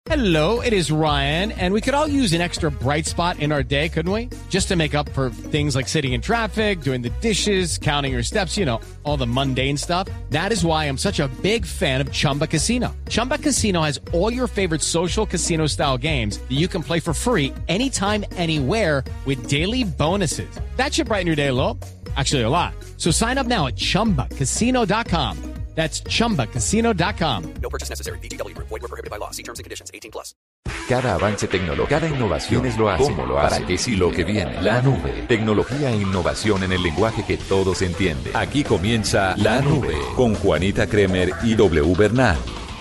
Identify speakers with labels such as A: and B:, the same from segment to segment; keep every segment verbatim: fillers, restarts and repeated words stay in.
A: Hello, it is Ryan, and we could all use an extra bright spot in our day, couldn't we? Just to make up for things like sitting in traffic, doing the dishes, counting your steps, you know, all the mundane stuff. That is why I'm such a big fan of Chumba Casino. Chumba Casino has all your favorite social casino-style games that you can play for free anytime, anywhere with daily bonuses. That should brighten your day a little. Actually, a lot. So sign up now at chumba casino dot com. That's chumba casino dot com.
B: No purchase necessary. V G W Group. Void where prohibited by law. See terms and conditions. eighteen plus.
C: Cada avance tecnológico, cada innovación es lo hace. ¿Cómo lo hace? ¿Para qué sí lo que viene? La nube. Tecnología e innovación en el lenguaje que todos entienden. Aquí comienza La Nube con Juanita Kremer y W Bernal.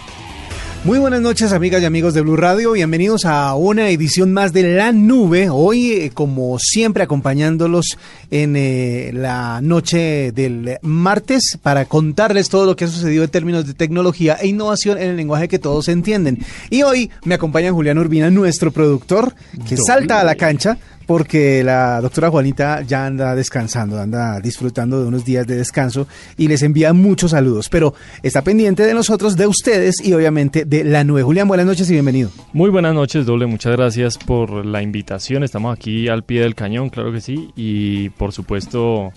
D: Muy buenas noches, amigas y amigos de Blue Radio. Bienvenidos a una edición más de La Nube. Hoy, eh, como siempre, acompañándolos en eh, la noche del martes para contarles todo lo que ha sucedido en términos de tecnología e innovación en el lenguaje que todos entienden. Y hoy me acompaña Julián Urbina, nuestro productor, que Doble. salta a la cancha porque la doctora Juanita ya anda descansando, anda disfrutando de unos días de descanso y les envía muchos saludos, pero está pendiente de nosotros, de ustedes y obviamente de La Nube. Julián, buenas noches y bienvenido.
E: Muy buenas noches, Doble, muchas gracias por la invitación, estamos aquí al pie del cañón, claro que sí, y por supuesto...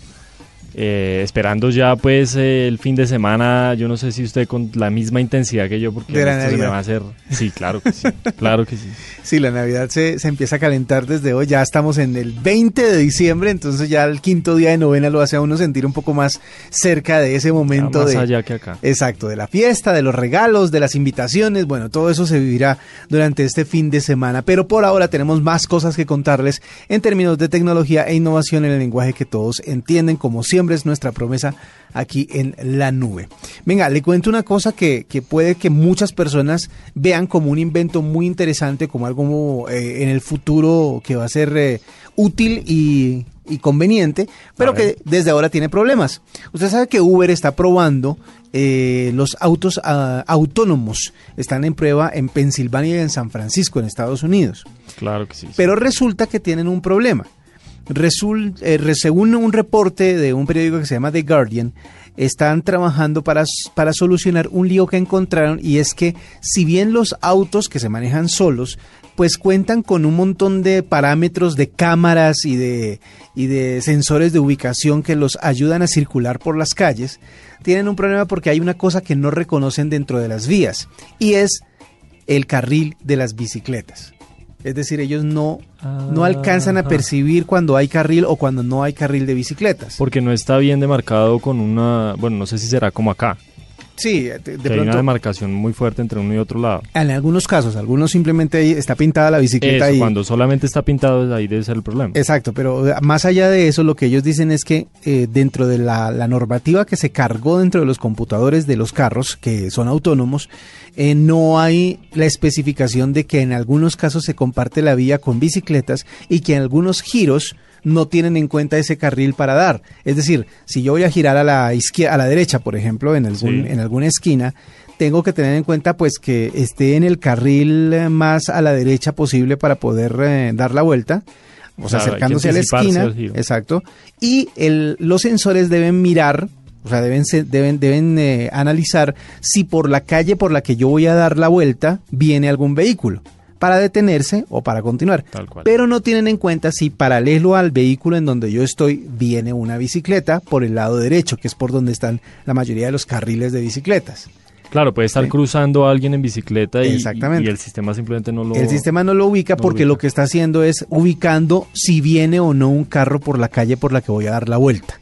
E: Eh, esperando ya pues eh, el fin de semana, yo no sé si usted con la misma intensidad que yo, porque
D: de la
E: esto se me va a hacer, sí, claro que sí, claro que sí.
D: Sí, la Navidad se, se empieza a calentar desde hoy, ya estamos en el veinte de diciembre, entonces ya el quinto día de novena lo hace a uno sentir un poco más cerca de ese momento.
E: Ya más
D: de,
E: allá que acá.
D: Exacto, de la fiesta, de los regalos, de las invitaciones, bueno, todo eso se vivirá durante este fin de semana, pero por ahora tenemos más cosas que contarles en términos de tecnología e innovación en el lenguaje que todos entienden, como siempre es nuestra promesa aquí en La Nube. Venga, le cuento una cosa que, que puede que muchas personas vean como un invento muy interesante, como algo eh, en el futuro que va a ser eh, útil y, y conveniente, pero que desde ahora tiene problemas. Usted sabe que Uber está probando eh, los autos uh, autónomos, están en prueba en Pensilvania y en San Francisco, en Estados Unidos.
E: Claro que sí. sí.
D: Pero resulta que tienen un problema. Result, eh, según un reporte de un periódico que se llama The Guardian, están trabajando para, para solucionar un lío que encontraron, y es que si bien los autos que se manejan solos pues cuentan con un montón de parámetros de cámaras y de, y de sensores de ubicación que los ayudan a circular por las calles, tienen un problema porque hay una cosa que no reconocen dentro de las vías, y es el carril de las bicicletas. Es decir, ellos no, no alcanzan a percibir cuando hay carril o cuando no hay carril de bicicletas.
E: Porque no está bien demarcado con una... Bueno, no sé si será como acá.
D: Sí, de, de pronto,
E: hay una demarcación muy fuerte entre uno y otro lado.
D: En algunos casos, algunos simplemente está pintada la bicicleta.
E: Eso,
D: y
E: cuando solamente está pintado, ahí debe ser el problema.
D: Exacto, pero más allá de eso, lo que ellos dicen es que eh, dentro de la, la normativa que se cargó dentro de los computadores de los carros, que son autónomos, eh, no hay la especificación de que en algunos casos se comparte la vía con bicicletas y que en algunos giros no tienen en cuenta ese carril para dar. Es decir, si yo voy a girar a la izquierda, a la derecha, por ejemplo, en algún, sí. en alguna esquina, tengo que tener en cuenta pues que esté en el carril más a la derecha posible para poder eh, dar la vuelta, o sea, claro, acercándose a la esquina, exacto, y el, los sensores deben mirar, o sea, deben ser, deben deben eh, analizar si por la calle por la que yo voy a dar la vuelta viene algún vehículo, para detenerse o para continuar, pero no tienen en cuenta si paralelo al vehículo en donde yo estoy viene una bicicleta por el lado derecho, que es por donde están la mayoría de los carriles de bicicletas.
E: Claro, puede estar ¿sí? cruzando a alguien en bicicleta y,
D: Exactamente.
E: y el sistema simplemente no lo
D: El sistema no lo ubica
E: no
D: porque
E: lo, ubica.
D: lo que está haciendo es ubicando si viene o no un carro por la calle por la que voy a dar la vuelta.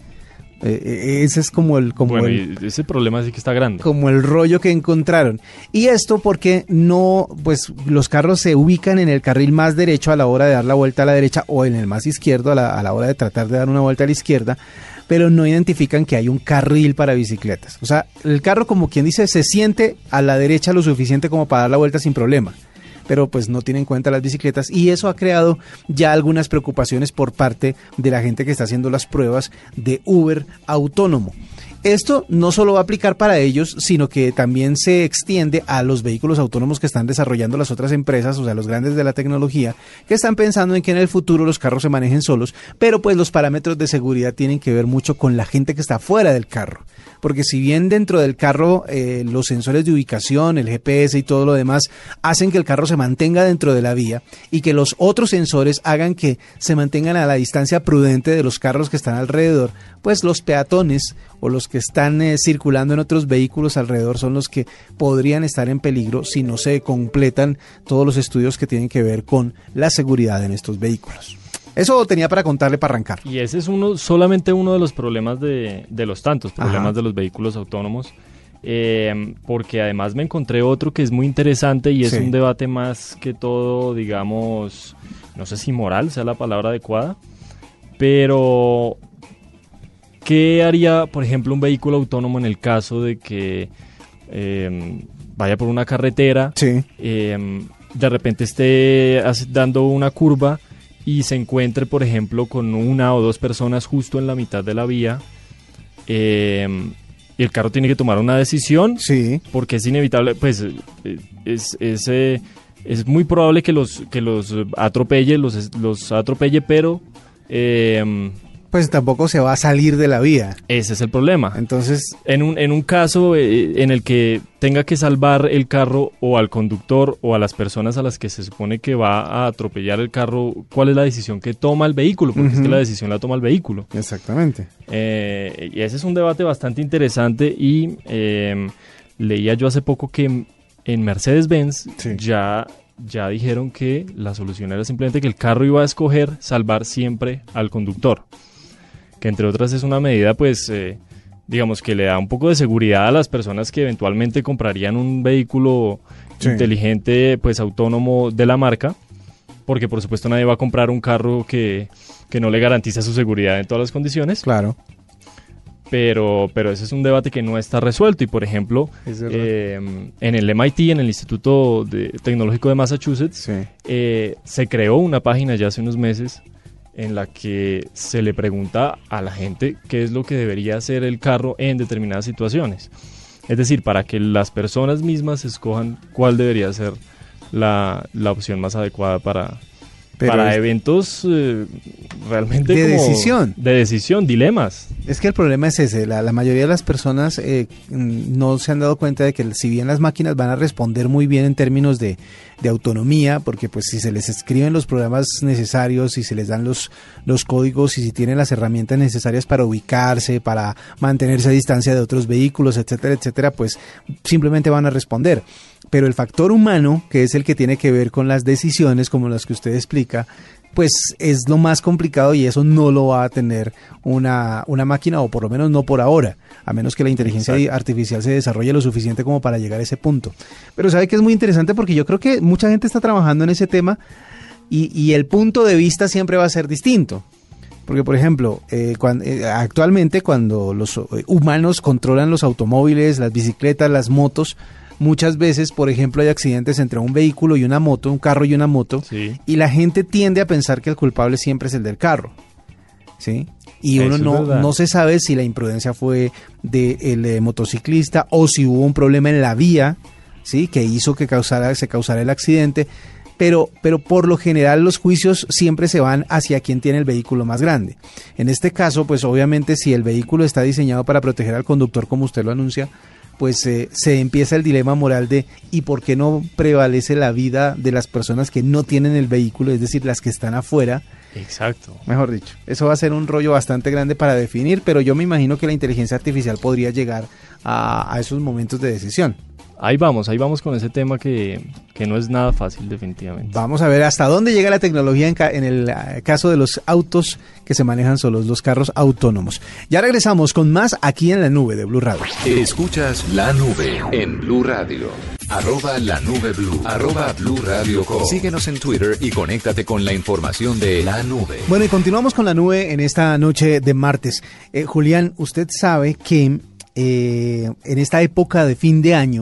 D: Eh, ese es como el como
E: bueno,
D: el,
E: ese problema sí que está grande,
D: como el rollo que encontraron, y esto porque no, pues los carros se ubican en el carril más derecho a la hora de dar la vuelta a la derecha o en el más izquierdo a la, a la hora de tratar de dar una vuelta a la izquierda, pero no identifican que hay un carril para bicicletas. O sea, el carro, como quien dice, se siente a la derecha lo suficiente como para dar la vuelta sin problema, pero pues no tiene en cuenta las bicicletas, y eso ha creado ya algunas preocupaciones por parte de la gente que está haciendo las pruebas de Uber autónomo. Esto no solo va a aplicar para ellos, sino que también se extiende a los vehículos autónomos que están desarrollando las otras empresas, o sea, los grandes de la tecnología, que están pensando en que en el futuro los carros se manejen solos, pero pues los parámetros de seguridad tienen que ver mucho con la gente que está fuera del carro. Porque si bien dentro del carro eh, los sensores de ubicación, el G P S y todo lo demás hacen que el carro se mantenga dentro de la vía y que los otros sensores hagan que se mantengan a la distancia prudente de los carros que están alrededor, pues los peatones o los que están eh, circulando en otros vehículos alrededor son los que podrían estar en peligro si no se completan todos los estudios que tienen que ver con la seguridad en estos vehículos. Eso tenía para contarle para arrancar.
E: Y ese es uno solamente uno de los problemas de, de los tantos problemas Ajá. de los vehículos autónomos, eh, porque además me encontré otro que es muy interesante y es sí. un debate más que todo, digamos, no sé si moral sea la palabra adecuada, pero ¿qué haría, por ejemplo, un vehículo autónomo en el caso de que eh, vaya por una carretera, sí. eh, de repente esté dando una curva y se encuentre, por ejemplo, con una o dos personas justo en la mitad de la vía, eh, y el carro tiene que tomar una decisión, sí. porque es inevitable, pues es, es, eh, es muy probable que los, que los atropelle, los, los atropelle, pero... Eh,
D: pues tampoco se va a salir de la vía.
E: Ese es el problema.
D: Entonces,
E: en un, en un caso eh, en el que tenga que salvar el carro o al conductor o a las personas a las que se supone que va a atropellar el carro, ¿cuál es la decisión que toma el vehículo? Porque uh-huh. es que la decisión la toma el vehículo.
D: Exactamente.
E: Eh, y ese es un debate bastante interesante y eh, leía yo hace poco que en Mercedes-Benz sí. ya... ya dijeron que la solución era simplemente que el carro iba a escoger salvar siempre al conductor, que entre otras es una medida pues eh, digamos que le da un poco de seguridad a las personas que eventualmente comprarían un vehículo sí. inteligente pues autónomo de la marca, porque por supuesto nadie va a comprar un carro que, que no le garantiza su seguridad en todas las condiciones.
D: Claro.
E: Pero, pero ese es un debate que no está resuelto y, por ejemplo, eh, en el M I T, en el Instituto de, Tecnológico de Massachusetts, sí. eh, se creó una página ya hace unos meses en la que se le pregunta a la gente qué es lo que debería hacer el carro en determinadas situaciones. Es decir, para que las personas mismas escojan cuál debería ser la, la opción más adecuada para... Pero para es, eventos eh, realmente
D: de
E: como
D: decisión.
E: De decisión, dilemas.
D: Es que el problema es ese, la, la mayoría de las personas eh, no se han dado cuenta de que si bien las máquinas van a responder muy bien en términos de, de autonomía, porque pues si se les escriben los programas necesarios, si se les dan los, los códigos y si tienen las herramientas necesarias para ubicarse, para mantenerse a distancia de otros vehículos, etcétera, etcétera, pues simplemente van a responder. Pero el factor humano, que es el que tiene que ver con las decisiones, como las que usted explica, pues es lo más complicado y eso no lo va a tener una, una máquina, o por lo menos no por ahora, a menos que la inteligencia Exacto. artificial se desarrolle lo suficiente como para llegar a ese punto. Pero sabe que es muy interesante porque yo creo que mucha gente está trabajando en ese tema y, y el punto de vista siempre va a ser distinto. Porque, por ejemplo, eh, cuando, eh, actualmente cuando los eh, humanos controlan los automóviles, las bicicletas, las motos, muchas veces, por ejemplo, hay accidentes entre un vehículo y una moto, un carro y una moto, sí. y la gente tiende a pensar que el culpable siempre es el del carro, ¿sí? Y uno no, no se sabe si la imprudencia fue del de motociclista o si hubo un problema en la vía, ¿sí? Que hizo que causara, se causara el accidente, pero, pero por lo general los juicios siempre se van hacia quien tiene el vehículo más grande. En este caso, pues obviamente si el vehículo está diseñado para proteger al conductor, como usted lo anuncia, pues eh, se empieza el dilema moral de ¿y por qué no prevalece la vida de las personas que no tienen el vehículo, es decir, las que están afuera?
E: Exacto.
D: Mejor dicho, eso va a ser un rollo bastante grande para definir, pero yo me imagino que la inteligencia artificial podría llegar a, a esos momentos de decisión.
E: Ahí vamos, ahí vamos con ese tema que, que no es nada fácil definitivamente.
D: Vamos a ver hasta dónde llega la tecnología en, ca- en el uh, caso de los autos que se manejan solos, los carros autónomos. Ya regresamos con más aquí en la nube de Blue Radio.
C: Escuchas La Nube en Blue Radio. Arroba La Nube Blue. Arroba Blue Radio Co. Síguenos en Twitter y conéctate con la información de La Nube.
D: Bueno, y continuamos con La Nube en esta noche de martes. Eh, Julián, usted sabe que eh, en esta época de fin de año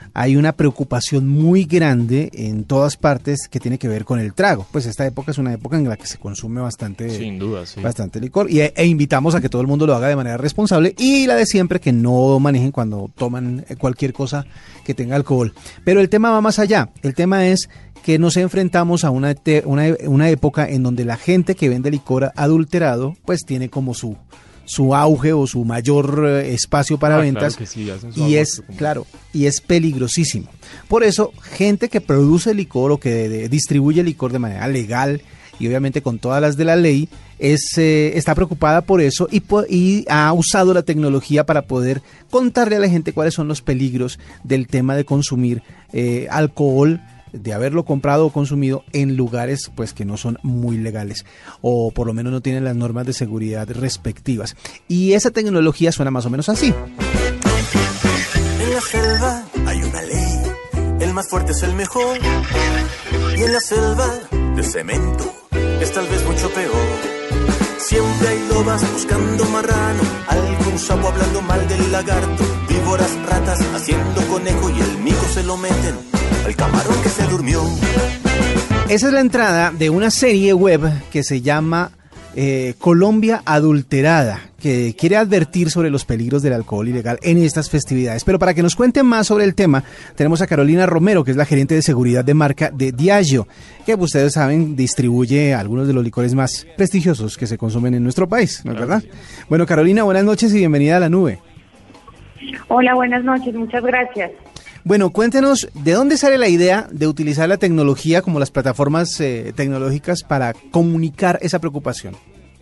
D: hay una preocupación muy grande en todas partes que tiene que ver con el trago. Pues esta época es una época en la que se consume bastante,
E: sin duda, sí.
D: bastante licor y, e invitamos a que todo el mundo lo haga de manera responsable y la de siempre, que no manejen cuando toman cualquier cosa que tenga alcohol. Pero el tema va más allá. El tema es que nos enfrentamos a una, te, una, una época en donde la gente que vende licor adulterado pues tiene como su su auge o su mayor eh, espacio para
E: ah,
D: ventas,
E: claro sí,
D: y es como... claro y es peligrosísimo. Por eso gente que produce licor o que de, de, distribuye licor de manera legal y obviamente con todas las de la ley es eh, está preocupada por eso y, y ha usado la tecnología para poder contarle a la gente cuáles son los peligros del tema de consumir eh, alcohol, de haberlo comprado o consumido en lugares pues que no son muy legales o por lo menos no tienen las normas de seguridad respectivas. Y esa tecnología suena más o menos así.
F: En la selva hay una ley, el más fuerte es el mejor, y en la selva de cemento es tal vez mucho peor. Siempre hay lobas buscando marrano, algún sapo hablando mal del lagarto, víboras, ratas haciendo conejo y el mico se lo meten al camarón que se durmió.
D: Esa es la entrada de una serie web que se llama eh, Colombia Adulterada, que quiere advertir sobre los peligros del alcohol ilegal en estas festividades. Pero para que nos cuenten más sobre el tema, tenemos a Carolina Romero, que es la gerente de seguridad de marca de Diageo, que ustedes saben distribuye algunos de los licores más prestigiosos que se consumen en nuestro país, ¿no es verdad? Bueno, Carolina, buenas noches y bienvenida a La Nube.
G: Hola, buenas noches, muchas gracias.
D: Bueno, cuéntenos, ¿de dónde sale la idea de utilizar la tecnología como las plataformas eh, tecnológicas para comunicar esa preocupación?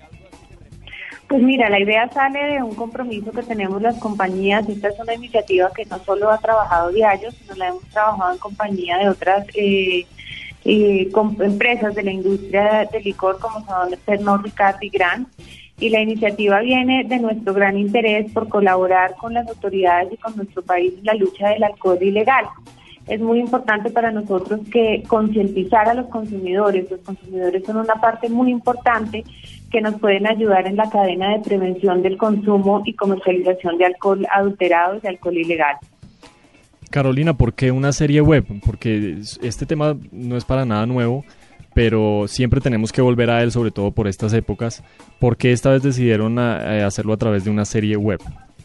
G: Pues mira, la idea sale de un compromiso que tenemos las compañías. Esta es una iniciativa que no solo ha trabajado Diageo, sino la hemos trabajado en compañía de otras eh, eh, com- empresas de la industria del licor como son Pernod Ricard y Gran. Y la iniciativa viene de nuestro gran interés por colaborar con las autoridades y con nuestro país en la lucha del alcohol ilegal. Es muy importante para nosotros que concientizar a los consumidores. Los consumidores son una parte muy importante que nos pueden ayudar en la cadena de prevención del consumo y comercialización de alcohol adulterado y de alcohol ilegal.
E: Carolina, ¿por qué una serie web? Porque este tema no es para nada nuevo, pero siempre tenemos que volver a él, sobre todo por estas épocas. ¿Por qué esta vez decidieron a, a hacerlo a través de una serie web?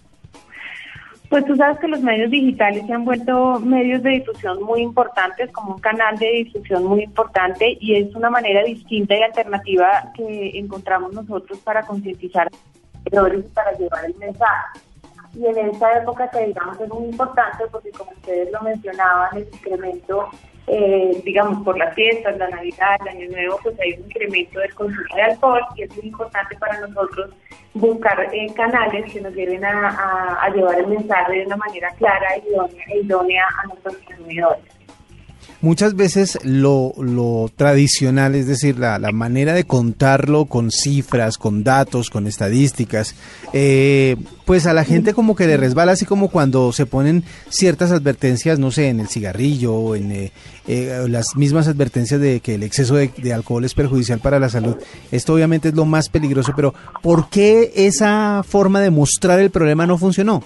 G: Pues tú sabes que los medios digitales se han vuelto medios de difusión muy importantes, como un canal de difusión muy importante, y es una manera distinta y alternativa que encontramos nosotros para concientizar a los consumidores y para llevar el mensaje. Y en esta época que digamos es muy importante porque, como ustedes lo mencionaban, el incremento, eh, digamos, por las fiestas, la Navidad, el Año Nuevo, pues hay un incremento del consumo de alcohol y es muy importante para nosotros buscar eh, canales que nos lleven a, a, a llevar el mensaje de una manera clara y idónea, e idónea a nuestros consumidores.
D: Muchas veces lo, lo tradicional, es decir, la, la manera de contarlo con cifras, con datos, con estadísticas, eh, pues a la gente como que le resbala, así como cuando se ponen ciertas advertencias, no sé, en el cigarrillo, en eh, eh, las mismas advertencias de que el exceso de, de alcohol es perjudicial para la salud. Esto obviamente es lo más peligroso, pero ¿por qué esa forma de mostrar el problema no funcionó?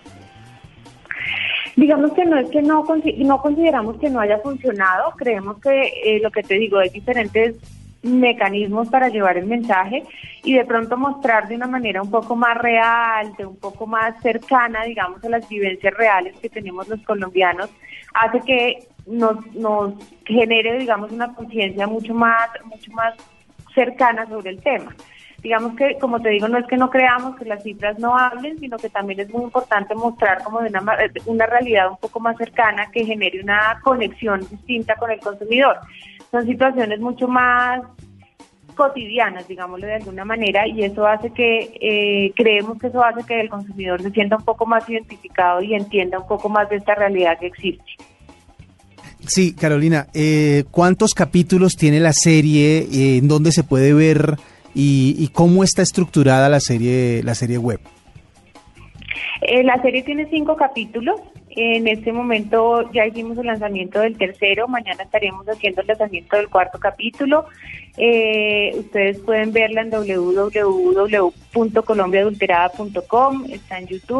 G: Digamos que no es que no, no consideramos que no haya funcionado, creemos que eh, lo que te digo, hay diferentes mecanismos para llevar el mensaje y de pronto mostrar de una manera un poco más real, de un poco más cercana, digamos, a las vivencias reales que tenemos los colombianos, hace que nos, nos genere, digamos, una conciencia mucho más, mucho más cercana sobre el tema. Digamos que, como te digo, no es que no creamos que las cifras no hablen, sino que también es muy importante mostrar como de una, una realidad un poco más cercana que genere una conexión distinta con el consumidor. Son situaciones mucho más cotidianas, digámoslo de alguna manera, y eso hace que, eh, creemos que eso hace que el consumidor se sienta un poco más identificado y entienda un poco más de esta realidad que existe.
D: Sí, Carolina, eh, ¿cuántos capítulos tiene la serie? Eh, ¿En dónde se puede ver? Y, y cómo está estructurada la serie la serie web.
G: Eh, la serie tiene cinco capítulos. En este momento ya hicimos el lanzamiento del tercero. Mañana estaremos haciendo el lanzamiento del cuarto capítulo. Eh, ustedes pueden verla en doble u doble u doble u punto colombia adulterada punto com. Está en YouTube.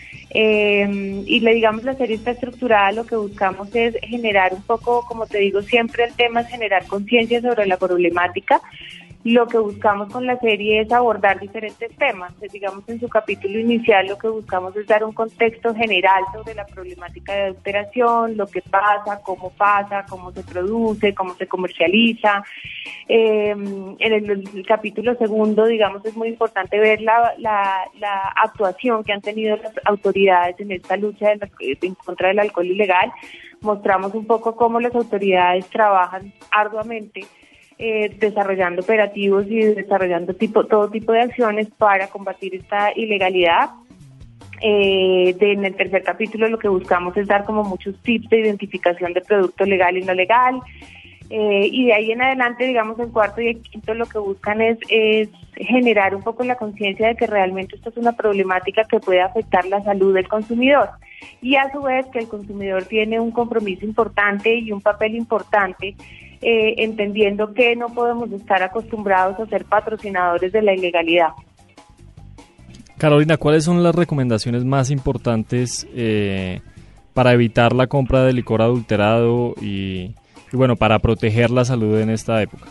G: Eh, y le digamos, la serie está estructurada, lo que buscamos es generar un poco, como te digo, siempre el tema es generar conciencia sobre la problemática. Lo que buscamos con la serie es abordar diferentes temas. Digamos, en su capítulo inicial lo que buscamos es dar un contexto general sobre la problemática de adulteración, lo que pasa, cómo pasa, cómo se produce, cómo se comercializa. Eh, en el, el capítulo segundo, digamos, es muy importante ver la, la, la actuación que han tenido las autoridades en esta lucha de la, en contra del alcohol ilegal. Mostramos un poco cómo las autoridades trabajan arduamente Eh, desarrollando operativos y desarrollando tipo, todo tipo de acciones para combatir esta ilegalidad. Eh, de, en el tercer capítulo lo que buscamos es dar como muchos tips de identificación de producto legal y no legal. Eh, y de ahí en adelante, digamos, en cuarto y en quinto lo que buscan es, es generar un poco la conciencia de que realmente esto es una problemática que puede afectar la salud del consumidor. Y a su vez que el consumidor tiene un compromiso importante y un papel importante, Eh, entendiendo que no podemos estar acostumbrados a ser patrocinadores de la ilegalidad.
E: Carolina, ¿cuáles son las recomendaciones más importantes eh, para evitar la compra de licor adulterado y, y bueno, para proteger la salud en esta época?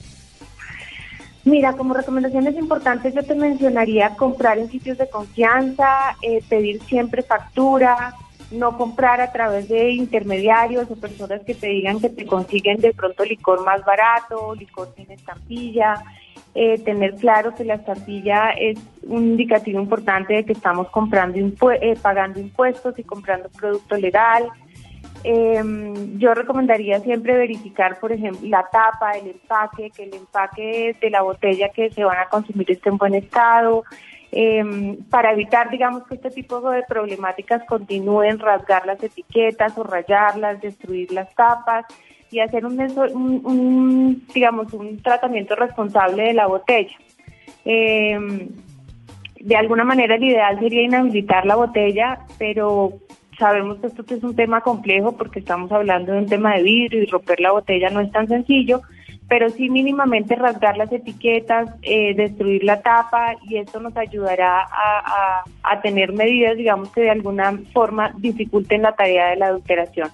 G: Mira, como recomendaciones importantes yo te mencionaría comprar en sitios de confianza, eh, pedir siempre factura, no comprar a través de intermediarios o personas que te digan que te consiguen de pronto licor más barato, licor sin estampilla, eh, tener claro que la estampilla es un indicativo importante de que estamos comprando impue- eh, pagando impuestos y comprando producto legal. Eh, yo recomendaría siempre verificar, por ejemplo, la tapa, el empaque, que el empaque de la botella que se van a consumir esté en buen estado. Eh, para evitar, digamos, que este tipo de problemáticas continúen, rasgar las etiquetas o rayarlas, destruir las tapas y hacer un, un, un digamos, un tratamiento responsable de la botella. Eh, de alguna manera el ideal sería inhabilitar la botella, pero sabemos que esto es un tema complejo porque estamos hablando de un tema de vidrio y romper la botella no es tan sencillo, pero sí mínimamente rasgar las etiquetas, eh, destruir la tapa, y esto nos ayudará a, a, a tener medidas, digamos, que de alguna forma dificulten la tarea de la adulteración.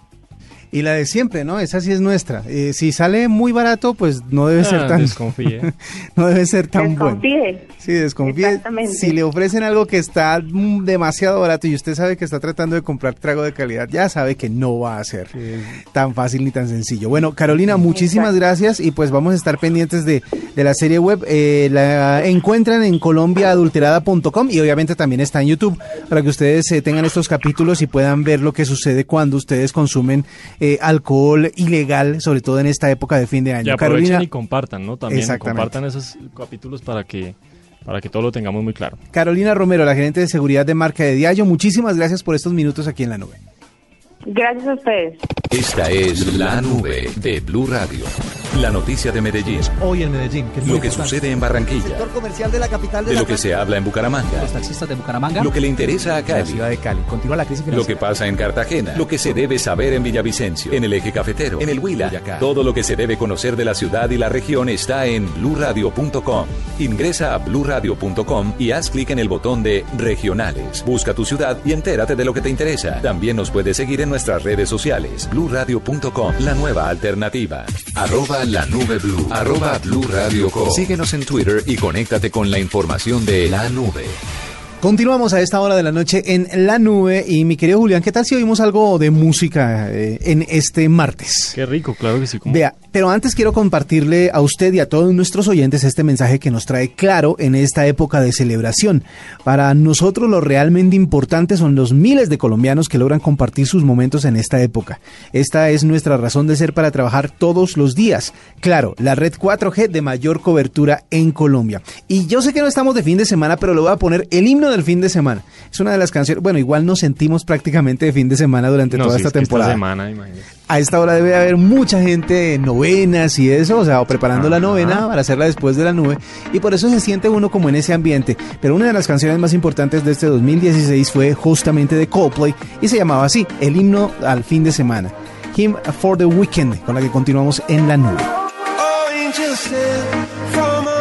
D: Y la de siempre, ¿no? Esa sí es nuestra. Eh, si sale muy barato, pues no debe
E: ah,
D: ser tan...
E: Desconfíe.
D: no debe ser tan
G: desconfíe.
D: bueno. Sí, desconfíe.
G: Exactamente.
D: Si le ofrecen algo que está mm, demasiado barato y usted sabe que está tratando de comprar trago de calidad, ya sabe que no va a ser sí. tan fácil ni tan sencillo. Bueno, Carolina, muchísimas Exacto. gracias y pues vamos a estar pendientes de, de la serie web. Eh, la encuentran en colombia adulterada punto com y obviamente también está en YouTube para que ustedes eh, tengan estos capítulos y puedan ver lo que sucede cuando ustedes consumen eh, alcohol ilegal, sobre todo en esta época de fin de año.
E: Y aprovechen
D: Carolina,
E: y compartan, ¿no? También compartan esos capítulos para que para que todo lo tengamos muy claro.
D: Carolina Romero, la gerente de seguridad de marca de Diageo, muchísimas gracias por estos minutos aquí en La Nube.
G: Gracias a ustedes.
C: Esta es La Nube de Blue Radio. La noticia de Medellín.
H: Hoy en Medellín. Que es
C: lo
H: muy
C: que
H: importante.
C: sucede en Barranquilla.
H: El sector comercial de la capital de,
C: de
H: la
C: lo que se habla en Bucaramanga.
H: Los taxistas de Bucaramanga.
C: Lo que le interesa a Cali.
H: La ciudad de Cali. Continúa la crisis financiera.
C: Lo que pasa en Cartagena. Lo que se debe saber en Villavicencio. En el Eje Cafetero. En el Huila. Todo lo que se debe conocer de la ciudad y la región está en blue radio punto com. Ingresa a blue radio punto com y haz clic en el botón de Regionales. Busca tu ciudad y entérate de lo que te interesa. También nos puedes seguir en nuestras redes sociales. blue radio punto com. La nueva alternativa. Arroba la nube blue. Arroba Blue Radio Co. Síguenos en Twitter y conéctate con la información de La Nube.
D: Continuamos a esta hora de la noche en La Nube y mi querido Julián, ¿qué tal si oímos algo de música eh, en este martes?
E: Qué rico, claro que sí. ¿Cómo?
D: Vea, pero antes quiero compartirle a usted y a todos nuestros oyentes este mensaje que nos trae Claro en esta época de celebración. Para nosotros lo realmente importante son los miles de colombianos que logran compartir sus momentos en esta época. Esta es nuestra razón de ser para trabajar todos los días. Claro, la red cuatro G de mayor cobertura en Colombia. Y yo sé que no estamos de fin de semana, pero le voy a poner el himno del fin de semana. Es una de las canciones, bueno, igual nos sentimos prácticamente de fin de semana durante
E: no,
D: toda
E: sí,
D: esta
E: es que
D: temporada.
E: Esta semana, imagínate.
D: A esta hora debe haber mucha gente en novenas y eso, o sea, o preparando Ajá. la novena para hacerla después de la nube, y por eso se siente uno como en ese ambiente. Pero una de las canciones más importantes de este dos mil dieciséis fue justamente de Coldplay y se llamaba así, el himno al fin de semana, Hymn for the Weekend, con la que continuamos en la nube.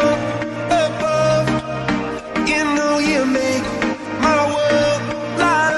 I: La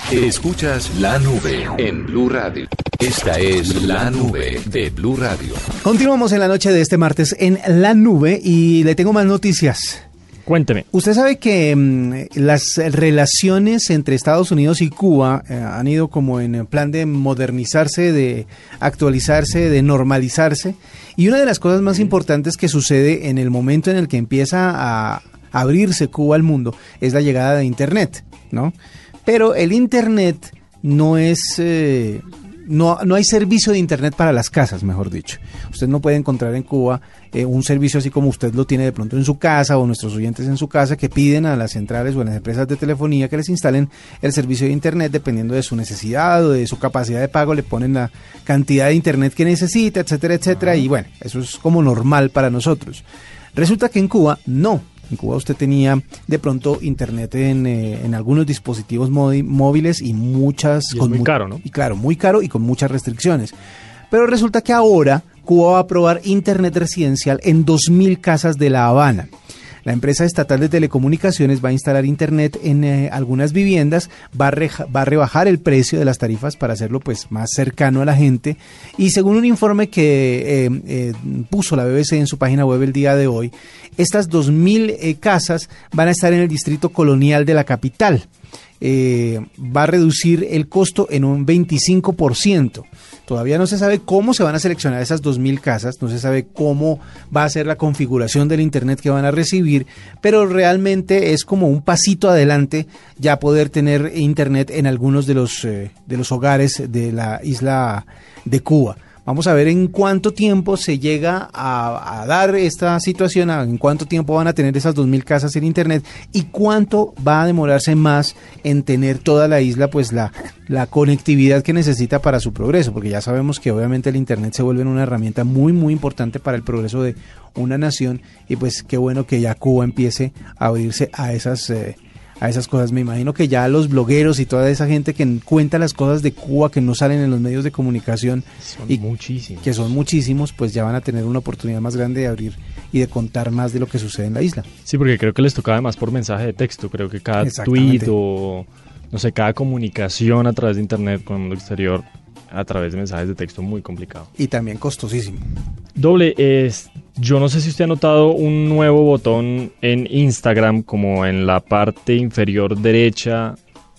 C: Escuchas La Nube en Blue Radio. Esta es La Nube de Blue Radio.
D: Continuamos en la noche de este martes en La Nube y le tengo más noticias.
E: Cuénteme.
D: Usted sabe que mmm, las relaciones entre Estados Unidos y Cuba eh, han ido como en plan de modernizarse, de actualizarse, de normalizarse. Y una de las cosas más importantes que sucede en el momento en el que empieza a abrirse Cuba al mundo es la llegada de Internet, ¿no? Pero el Internet no es... Eh, No, no hay servicio de Internet para las casas, mejor dicho. Usted no puede encontrar en Cuba eh, un servicio así como usted lo tiene de pronto en su casa o nuestros oyentes en su casa, que piden a las centrales o a las empresas de telefonía que les instalen el servicio de Internet dependiendo de su necesidad o de su capacidad de pago. Le ponen la cantidad de Internet que necesita, etcétera, etcétera. Y bueno, eso es como normal para nosotros. Resulta que en Cuba no. En Cuba usted tenía de pronto internet en, eh, en algunos dispositivos móvil, móviles y muchas...
E: Y
D: con
E: es muy
D: mu-
E: caro, ¿no?
D: Y claro, muy caro y con muchas restricciones. Pero resulta que ahora Cuba va a aprobar internet residencial en dos mil casas de La Habana. La empresa estatal de telecomunicaciones va a instalar internet en eh, algunas viviendas, va a, reja, va a rebajar el precio de las tarifas para hacerlo pues más cercano a la gente. Y según un informe que eh, eh, puso la B B C en su página web el día de hoy, estas dos mil eh, casas van a estar en el distrito colonial de la capital. Eh, va a reducir el costo en un veinticinco por ciento. Todavía no se sabe cómo se van a seleccionar esas dos mil casas, no se sabe cómo va a ser la configuración del internet que van a recibir, pero realmente es como un pasito adelante ya poder tener internet en algunos de los, eh, de los hogares de la isla de Cuba. Vamos a ver en cuánto tiempo se llega a, a dar esta situación, en cuánto tiempo van a tener esas dos mil casas en internet y cuánto va a demorarse más en tener toda la isla pues la, la conectividad que necesita para su progreso, porque ya sabemos que obviamente el internet se vuelve una herramienta muy muy importante para el progreso de una nación y pues qué bueno que ya Cuba empiece a abrirse a esas... Eh, a esas cosas. Me imagino que ya los blogueros y toda esa gente que cuenta las cosas de Cuba que no salen en los medios de comunicación
E: Son
D: y
E: muchísimos.
D: que son muchísimos, pues ya van a tener una oportunidad más grande de abrir y de contar más de lo que sucede en la isla.
E: Sí, porque creo que les tocaba además por mensaje de texto. Creo que cada
D: Exactamente.
E: tweet o, no sé, cada comunicación a través de internet con el mundo exterior a través de mensajes de texto muy complicado.
D: Y también costosísimo.
E: Doble, es, yo no sé si usted ha notado un nuevo botón en Instagram como en la parte inferior derecha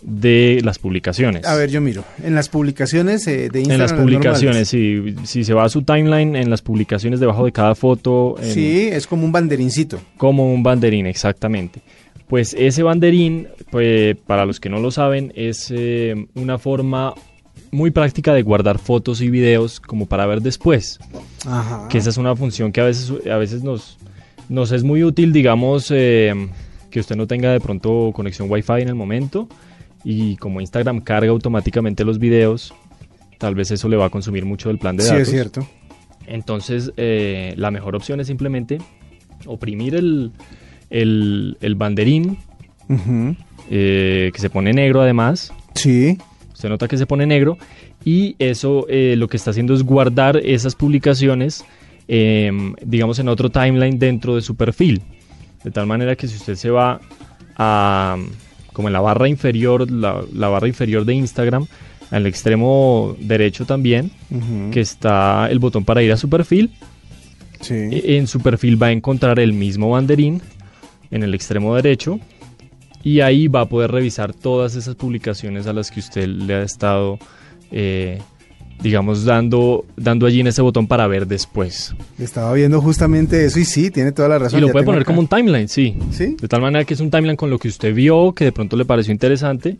E: de las publicaciones.
D: A ver, yo miro. En las publicaciones eh, de Instagram.
E: En las publicaciones, sí. Si se va a su timeline, en las publicaciones debajo de cada foto. En,
D: Sí, es como un banderincito.
E: Como un banderín, exactamente. Pues ese banderín, pues, para los que no lo saben, es eh, una forma muy práctica de guardar fotos y videos como para ver después.
D: Ajá.
E: Que esa es una función que a veces, a veces nos, nos es muy útil, digamos, eh, que usted no tenga de pronto conexión Wi-Fi en el momento y como Instagram carga automáticamente los videos, tal vez eso le va a consumir mucho del plan de
D: Sí,
E: datos.
D: es cierto.
E: Entonces, eh, la mejor opción es simplemente oprimir el, el, el banderín,
D: Ujú.
E: eh, que se pone negro además.
D: Sí.
E: Usted nota que se pone negro y eso eh, lo que está haciendo es guardar esas publicaciones, eh, digamos, en otro timeline dentro de su perfil. De tal manera que si usted se va a, como en la barra inferior, la, la barra inferior de Instagram, al extremo derecho también,
D: Ujú.
E: que está el botón para ir a su perfil,
D: Sí.
E: en su perfil va a encontrar el mismo banderín en el extremo derecho y ahí va a poder revisar todas esas publicaciones a las que usted le ha estado, eh, digamos, dando, dando allí en ese botón para ver después.
D: Estaba viendo justamente eso y sí, tiene toda la razón.
E: Y lo
D: Ya
E: puede
D: tengo
E: poner
D: acá.
E: como un timeline, sí.
D: ¿Sí?
E: De tal manera que es un timeline con lo que usted vio, que de pronto le pareció interesante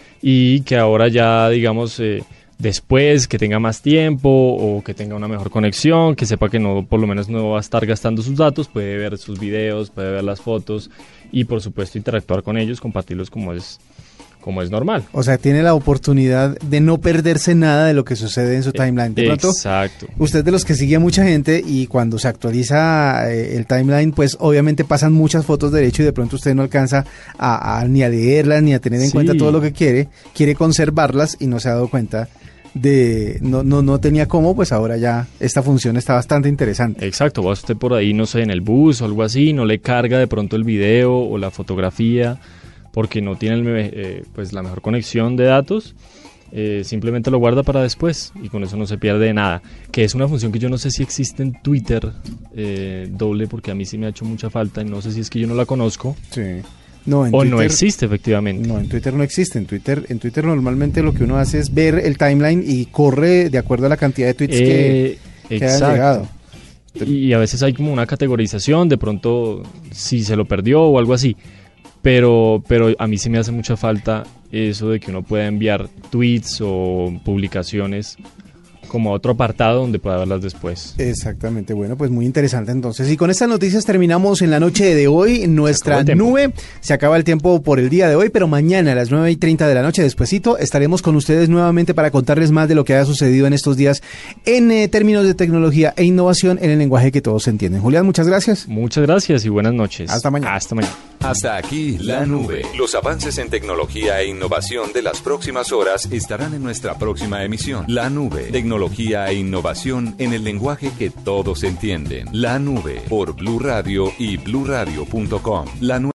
E: y que ahora ya, digamos, eh, después que tenga más tiempo o que tenga una mejor conexión, que sepa que no, por lo menos no va a estar gastando sus datos, puede ver sus videos, puede ver las fotos y por supuesto interactuar con ellos, compartirlos como es, como es normal.
D: O sea, tiene la oportunidad de no perderse nada de lo que sucede en su timeline. De pronto,
E: Exacto.
D: usted de los que sigue a mucha gente y cuando se actualiza eh, el timeline, pues obviamente pasan muchas fotos derecho y de pronto usted no alcanza a, a- ni a leerlas ni a tener en
E: Sí.
D: cuenta todo lo que quiere, quiere conservarlas y no se ha dado cuenta de, no, no, no tenía cómo, pues ahora ya esta función está bastante interesante.
E: Exacto, va usted por ahí, no sé, en el bus o algo así, no le carga de pronto el video o la fotografía porque no tiene el, eh, pues la mejor conexión de datos, eh, simplemente lo guarda para después y con eso no se pierde nada. Que es una función que yo no sé si existe en Twitter, eh, doble, porque a mí sí me ha hecho mucha falta y no sé si es que yo no la conozco.
D: Sí. No, en
E: o
D: Twitter,
E: no existe efectivamente.
D: No, en Twitter no existe. En Twitter, en Twitter normalmente lo que uno hace es ver el timeline y corre de acuerdo a la cantidad de tweets
E: eh,
D: que, que hayan llegado.
E: Y a veces hay como una categorización, de pronto si se lo perdió o algo así. Pero, pero a mí sí me hace mucha falta eso de que uno pueda enviar tweets o publicaciones como a otro apartado donde pueda verlas después.
D: Exactamente, bueno, pues muy interesante entonces. Y con estas noticias terminamos en la noche de hoy nuestra
E: Se
D: nube. Se acaba el tiempo por el día de hoy, pero mañana a las nueve y treinta de la noche, despuesito, estaremos con ustedes nuevamente para contarles más de lo que ha sucedido en estos días en eh, términos de tecnología e innovación en el lenguaje que todos entienden. Julián, muchas gracias.
E: Muchas gracias y buenas noches.
D: Hasta mañana.
E: Hasta mañana.
C: Hasta aquí La Nube. Los avances en tecnología e innovación de las próximas horas estarán en nuestra próxima emisión. La Nube. Tecnología e innovación en el lenguaje que todos entienden. La Nube por Blue Radio y blue radio punto com. La Nube.